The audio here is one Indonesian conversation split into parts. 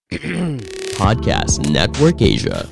Podcast Network Asia.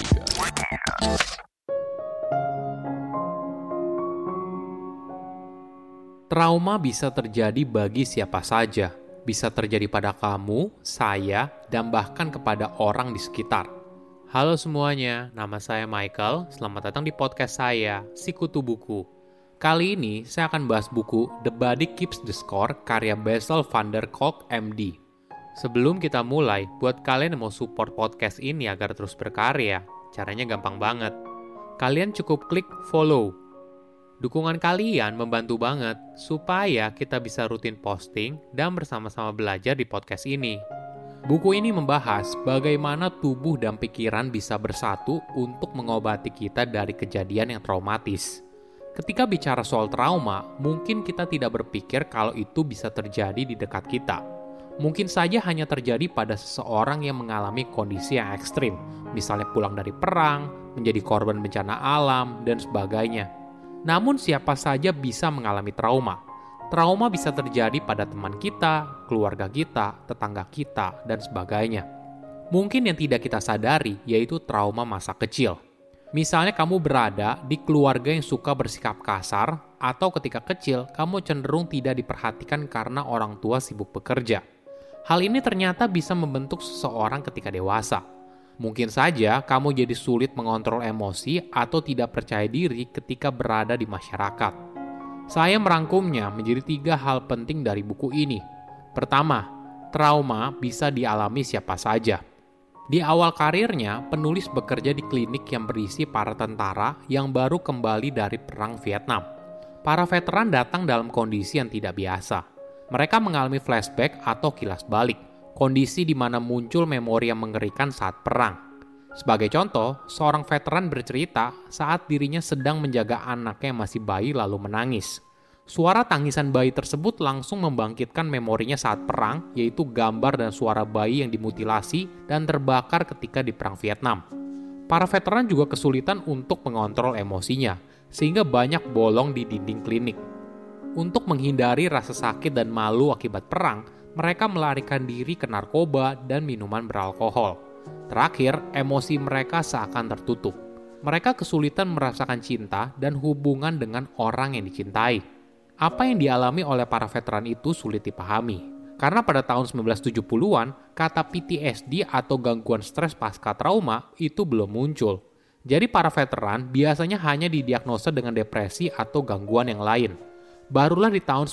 Trauma bisa terjadi bagi siapa saja. Bisa terjadi pada kamu, saya, dan bahkan kepada orang di sekitar. Halo semuanya, nama saya Michael. Selamat datang di podcast saya, Sikutu Buku. Kali ini saya akan bahas buku The Body Keeps the Score karya Bessel van der Kolk, MD. Sebelum kita mulai, buat kalian yang mau support podcast ini agar terus berkarya, caranya gampang banget. Kalian cukup klik follow. Dukungan kalian membantu banget supaya kita bisa rutin posting dan bersama-sama belajar di podcast ini. Buku ini membahas bagaimana tubuh dan pikiran bisa bersatu untuk mengobati kita dari kejadian yang traumatis. Ketika bicara soal trauma, mungkin kita tidak berpikir kalau itu bisa terjadi di dekat kita. Mungkin saja hanya terjadi pada seseorang yang mengalami kondisi yang ekstrim, misalnya pulang dari perang, menjadi korban bencana alam, dan sebagainya. Namun siapa saja bisa mengalami trauma. Trauma bisa terjadi pada teman kita, keluarga kita, tetangga kita, dan sebagainya. Mungkin yang tidak kita sadari yaitu trauma masa kecil. Misalnya kamu berada di keluarga yang suka bersikap kasar, atau ketika kecil kamu cenderung tidak diperhatikan karena orang tua sibuk bekerja. Hal ini ternyata bisa membentuk seseorang ketika dewasa. Mungkin saja kamu jadi sulit mengontrol emosi atau tidak percaya diri ketika berada di masyarakat. Saya merangkumnya menjadi 3 hal penting dari buku ini. Pertama, trauma bisa dialami siapa saja. Di awal karirnya, penulis bekerja di klinik yang berisi para tentara yang baru kembali dari Perang Vietnam. Para veteran datang dalam kondisi yang tidak biasa. Mereka mengalami flashback atau kilas balik, kondisi di mana muncul memori yang mengerikan saat perang. Sebagai contoh, seorang veteran bercerita saat dirinya sedang menjaga anaknya yang masih bayi lalu menangis. Suara tangisan bayi tersebut langsung membangkitkan memorinya saat perang, yaitu gambar dan suara bayi yang dimutilasi dan terbakar ketika di Perang Vietnam. Para veteran juga kesulitan untuk mengontrol emosinya, sehingga banyak bolong di dinding klinik. Untuk menghindari rasa sakit dan malu akibat perang, mereka melarikan diri ke narkoba dan minuman beralkohol. Terakhir, emosi mereka seakan tertutup. Mereka kesulitan merasakan cinta dan hubungan dengan orang yang dicintai. Apa yang dialami oleh para veteran itu sulit dipahami. Karena pada tahun 1970-an, kata PTSD atau gangguan stres pasca trauma itu belum muncul. Jadi para veteran biasanya hanya didiagnosa dengan depresi atau gangguan yang lain. Barulah di tahun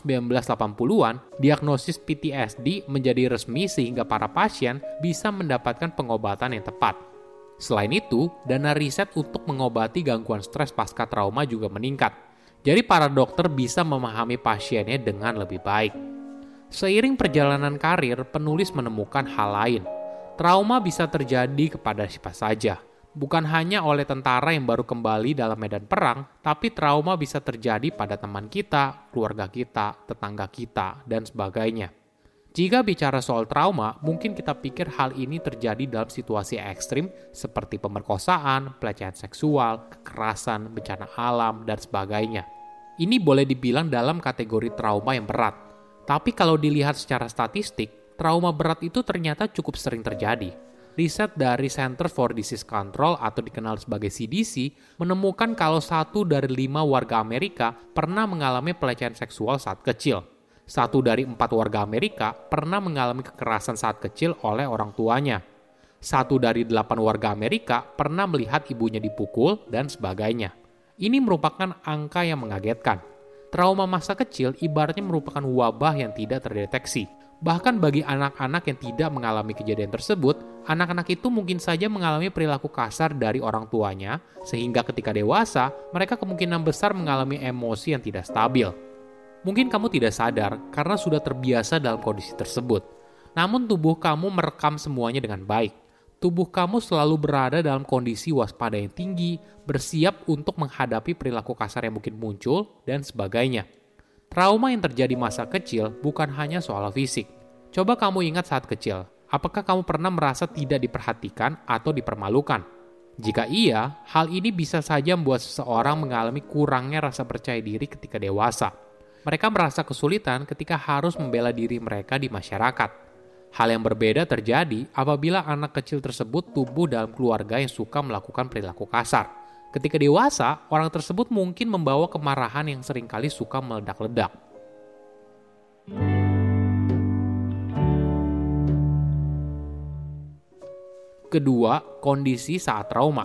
1980-an, diagnosis PTSD menjadi resmi sehingga para pasien bisa mendapatkan pengobatan yang tepat. Selain itu, dana riset untuk mengobati gangguan stres pasca trauma juga meningkat. Jadi para dokter bisa memahami pasiennya dengan lebih baik. Seiring perjalanan karir, penulis menemukan hal lain. Trauma bisa terjadi kepada siapa saja. Bukan hanya oleh tentara yang baru kembali dalam medan perang, tapi trauma bisa terjadi pada teman kita, keluarga kita, tetangga kita, dan sebagainya. Jika bicara soal trauma, mungkin kita pikir hal ini terjadi dalam situasi ekstrim seperti pemerkosaan, pelecehan seksual, kekerasan, bencana alam, dan sebagainya. Ini boleh dibilang dalam kategori trauma yang berat. Tapi kalau dilihat secara statistik, trauma berat itu ternyata cukup sering terjadi. Riset dari Center for Disease Control atau dikenal sebagai CDC menemukan kalau 1 dari 5 warga Amerika pernah mengalami pelecehan seksual saat kecil. 1 dari 4 warga Amerika pernah mengalami kekerasan saat kecil oleh orang tuanya. 1 dari 8 warga Amerika pernah melihat ibunya dipukul dan sebagainya. Ini merupakan angka yang mengagetkan. Trauma masa kecil ibaratnya merupakan wabah yang tidak terdeteksi. Bahkan bagi anak-anak yang tidak mengalami kejadian tersebut, anak-anak itu mungkin saja mengalami perilaku kasar dari orang tuanya, sehingga ketika dewasa, mereka kemungkinan besar mengalami emosi yang tidak stabil. Mungkin kamu tidak sadar karena sudah terbiasa dalam kondisi tersebut. Namun tubuh kamu merekam semuanya dengan baik. Tubuh kamu selalu berada dalam kondisi waspada yang tinggi, bersiap untuk menghadapi perilaku kasar yang mungkin muncul, dan sebagainya. Trauma yang terjadi masa kecil bukan hanya soal fisik. Coba kamu ingat saat kecil, apakah kamu pernah merasa tidak diperhatikan atau dipermalukan? Jika iya, hal ini bisa saja membuat seseorang mengalami kurangnya rasa percaya diri ketika dewasa. Mereka merasa kesulitan ketika harus membela diri mereka di masyarakat. Hal yang berbeda terjadi apabila anak kecil tersebut tumbuh dalam keluarga yang suka melakukan perilaku kasar. Ketika dewasa, orang tersebut mungkin membawa kemarahan yang seringkali suka meledak-ledak. Kedua, kondisi saat trauma.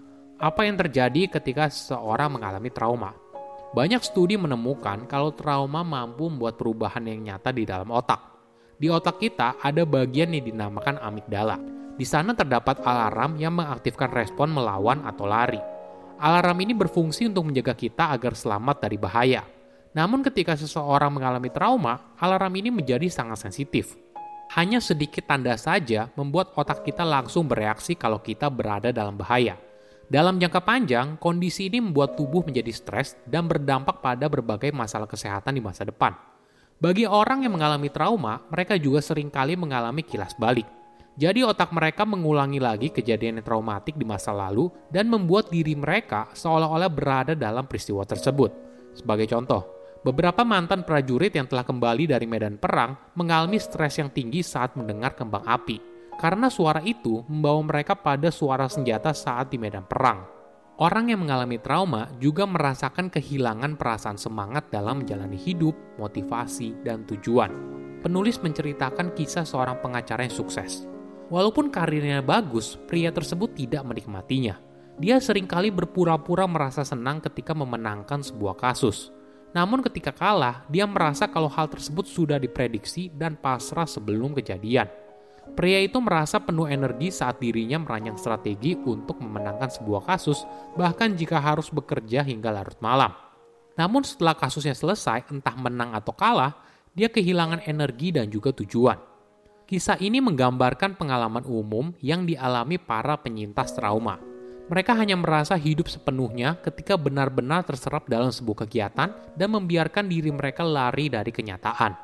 Apa yang terjadi ketika seseorang mengalami trauma? Banyak studi menemukan kalau trauma mampu membuat perubahan yang nyata di dalam otak. Di otak kita ada bagian yang dinamakan amigdala. Di sana terdapat alarm yang mengaktifkan respon melawan atau lari. Alarm ini berfungsi untuk menjaga kita agar selamat dari bahaya. Namun ketika seseorang mengalami trauma, alarm ini menjadi sangat sensitif. Hanya sedikit tanda saja membuat otak kita langsung bereaksi kalau kita berada dalam bahaya. Dalam jangka panjang, kondisi ini membuat tubuh menjadi stres dan berdampak pada berbagai masalah kesehatan di masa depan. Bagi orang yang mengalami trauma, mereka juga seringkali mengalami kilas balik. Jadi otak mereka mengulangi lagi kejadian yang traumatik di masa lalu dan membuat diri mereka seolah-olah berada dalam peristiwa tersebut. Sebagai contoh, beberapa mantan prajurit yang telah kembali dari medan perang mengalami stres yang tinggi saat mendengar kembang api, karena suara itu membawa mereka pada suara senjata saat di medan perang. Orang yang mengalami trauma juga merasakan kehilangan perasaan semangat dalam menjalani hidup, motivasi, dan tujuan. Penulis menceritakan kisah seorang pengacara yang sukses. Walaupun karirnya bagus, pria tersebut tidak menikmatinya. Dia seringkali berpura-pura merasa senang ketika memenangkan sebuah kasus. Namun ketika kalah, dia merasa kalau hal tersebut sudah diprediksi dan pasrah sebelum kejadian. Pria itu merasa penuh energi saat dirinya merancang strategi untuk memenangkan sebuah kasus, bahkan jika harus bekerja hingga larut malam. Namun setelah kasusnya selesai, entah menang atau kalah, dia kehilangan energi dan juga tujuan. Kisah ini menggambarkan pengalaman umum yang dialami para penyintas trauma. Mereka hanya merasa hidup sepenuhnya ketika benar-benar terserap dalam sebuah kegiatan dan membiarkan diri mereka lari dari kenyataan.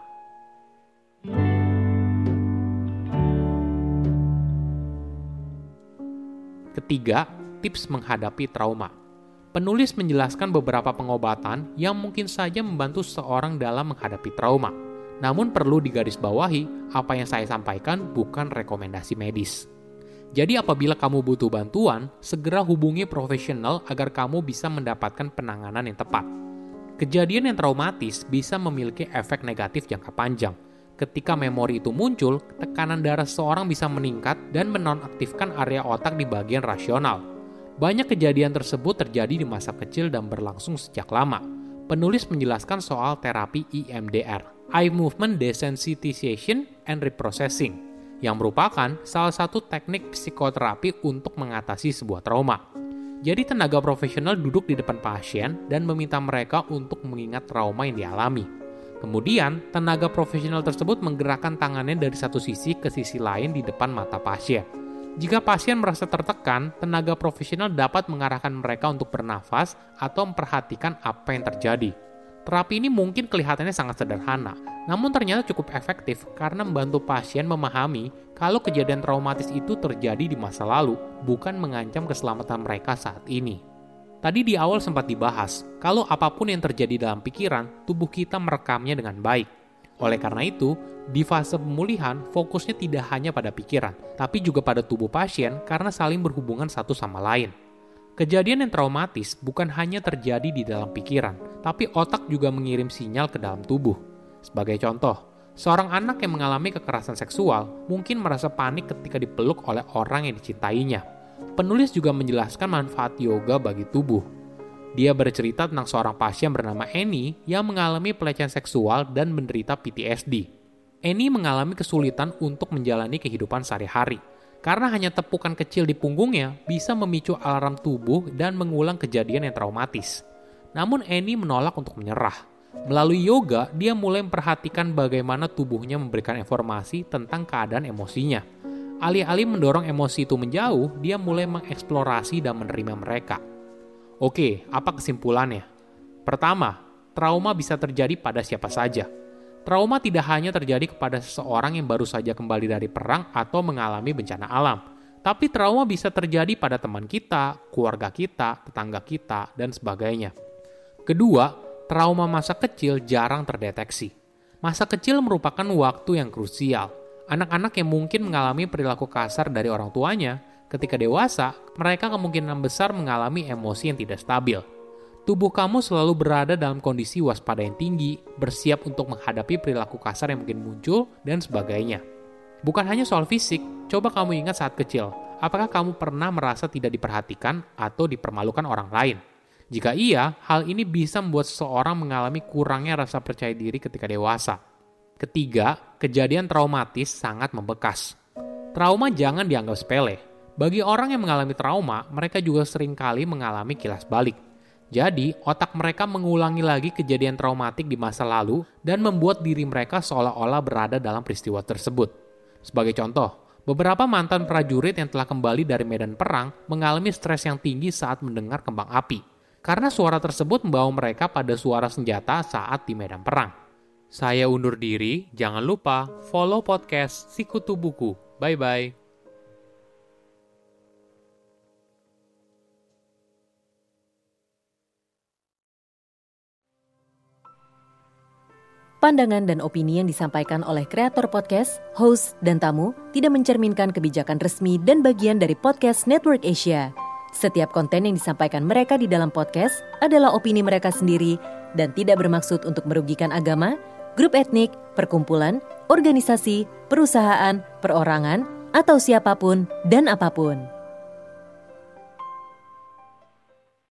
Ketiga, tips menghadapi trauma. Penulis menjelaskan beberapa pengobatan yang mungkin saja membantu seseorang dalam menghadapi trauma. Namun perlu digarisbawahi, apa yang saya sampaikan bukan rekomendasi medis. Jadi apabila kamu butuh bantuan, segera hubungi profesional agar kamu bisa mendapatkan penanganan yang tepat. Kejadian yang traumatis bisa memiliki efek negatif jangka panjang. Ketika memori itu muncul, tekanan darah seseorang bisa meningkat dan menonaktifkan area otak di bagian rasional. Banyak kejadian tersebut terjadi di masa kecil dan berlangsung sejak lama. Penulis menjelaskan soal terapi EMDR, Eye Movement Desensitization and Reprocessing, yang merupakan salah satu teknik psikoterapi untuk mengatasi sebuah trauma. Jadi tenaga profesional duduk di depan pasien dan meminta mereka untuk mengingat trauma yang dialami. Kemudian, tenaga profesional tersebut menggerakkan tangannya dari satu sisi ke sisi lain di depan mata pasien. Jika pasien merasa tertekan, tenaga profesional dapat mengarahkan mereka untuk bernafas atau memperhatikan apa yang terjadi. Terapi ini mungkin kelihatannya sangat sederhana, namun ternyata cukup efektif karena membantu pasien memahami kalau kejadian traumatis itu terjadi di masa lalu, bukan mengancam keselamatan mereka saat ini. Tadi di awal sempat dibahas, kalau apapun yang terjadi dalam pikiran, tubuh kita merekamnya dengan baik. Oleh karena itu, di fase pemulihan, fokusnya tidak hanya pada pikiran, tapi juga pada tubuh pasien karena saling berhubungan satu sama lain. Kejadian yang traumatis bukan hanya terjadi di dalam pikiran, tapi otak juga mengirim sinyal ke dalam tubuh. Sebagai contoh, seorang anak yang mengalami kekerasan seksual mungkin merasa panik ketika dipeluk oleh orang yang dicintainya. Penulis juga menjelaskan manfaat yoga bagi tubuh. Dia bercerita tentang seorang pasien bernama Annie yang mengalami pelecehan seksual dan menderita PTSD. Annie mengalami kesulitan untuk menjalani kehidupan sehari-hari, karena hanya tepukan kecil di punggungnya bisa memicu alarm tubuh dan mengulang kejadian yang traumatis. Namun Annie menolak untuk menyerah. Melalui yoga, dia mulai memperhatikan bagaimana tubuhnya memberikan informasi tentang keadaan emosinya. Alih-alih mendorong emosi itu menjauh, dia mulai mengeksplorasi dan menerima mereka. Oke, apa kesimpulannya? Pertama, trauma bisa terjadi pada siapa saja. Trauma tidak hanya terjadi kepada seseorang yang baru saja kembali dari perang atau mengalami bencana alam, tapi trauma bisa terjadi pada teman kita, keluarga kita, tetangga kita, dan sebagainya. Kedua, trauma masa kecil jarang terdeteksi. Masa kecil merupakan waktu yang krusial. Anak-anak yang mungkin mengalami perilaku kasar dari orang tuanya, ketika dewasa, mereka kemungkinan besar mengalami emosi yang tidak stabil. Tubuh kamu selalu berada dalam kondisi waspada yang tinggi, bersiap untuk menghadapi perilaku kasar yang mungkin muncul, dan sebagainya. Bukan hanya soal fisik, coba kamu ingat saat kecil, apakah kamu pernah merasa tidak diperhatikan atau dipermalukan orang lain? Jika iya, hal ini bisa membuat seseorang mengalami kurangnya rasa percaya diri ketika dewasa. Ketiga, kejadian traumatis sangat membekas. Trauma jangan dianggap sepele. Bagi orang yang mengalami trauma, mereka juga seringkali mengalami kilas balik. Jadi, otak mereka mengulangi lagi kejadian traumatik di masa lalu dan membuat diri mereka seolah-olah berada dalam peristiwa tersebut. Sebagai contoh, beberapa mantan prajurit yang telah kembali dari medan perang mengalami stres yang tinggi saat mendengar kembang api, karena suara tersebut membawa mereka pada suara senjata saat di medan perang. Saya undur diri, jangan lupa follow podcast Sikutu Buku. Bye-bye. Pandangan dan opini yang disampaikan oleh kreator podcast, host, dan tamu tidak mencerminkan kebijakan resmi dan bagian dari podcast Network Asia. Setiap konten yang disampaikan mereka di dalam podcast adalah opini mereka sendiri dan tidak bermaksud untuk merugikan agama, grup etnik, perkumpulan, organisasi, perusahaan, perorangan, atau siapapun dan apapun.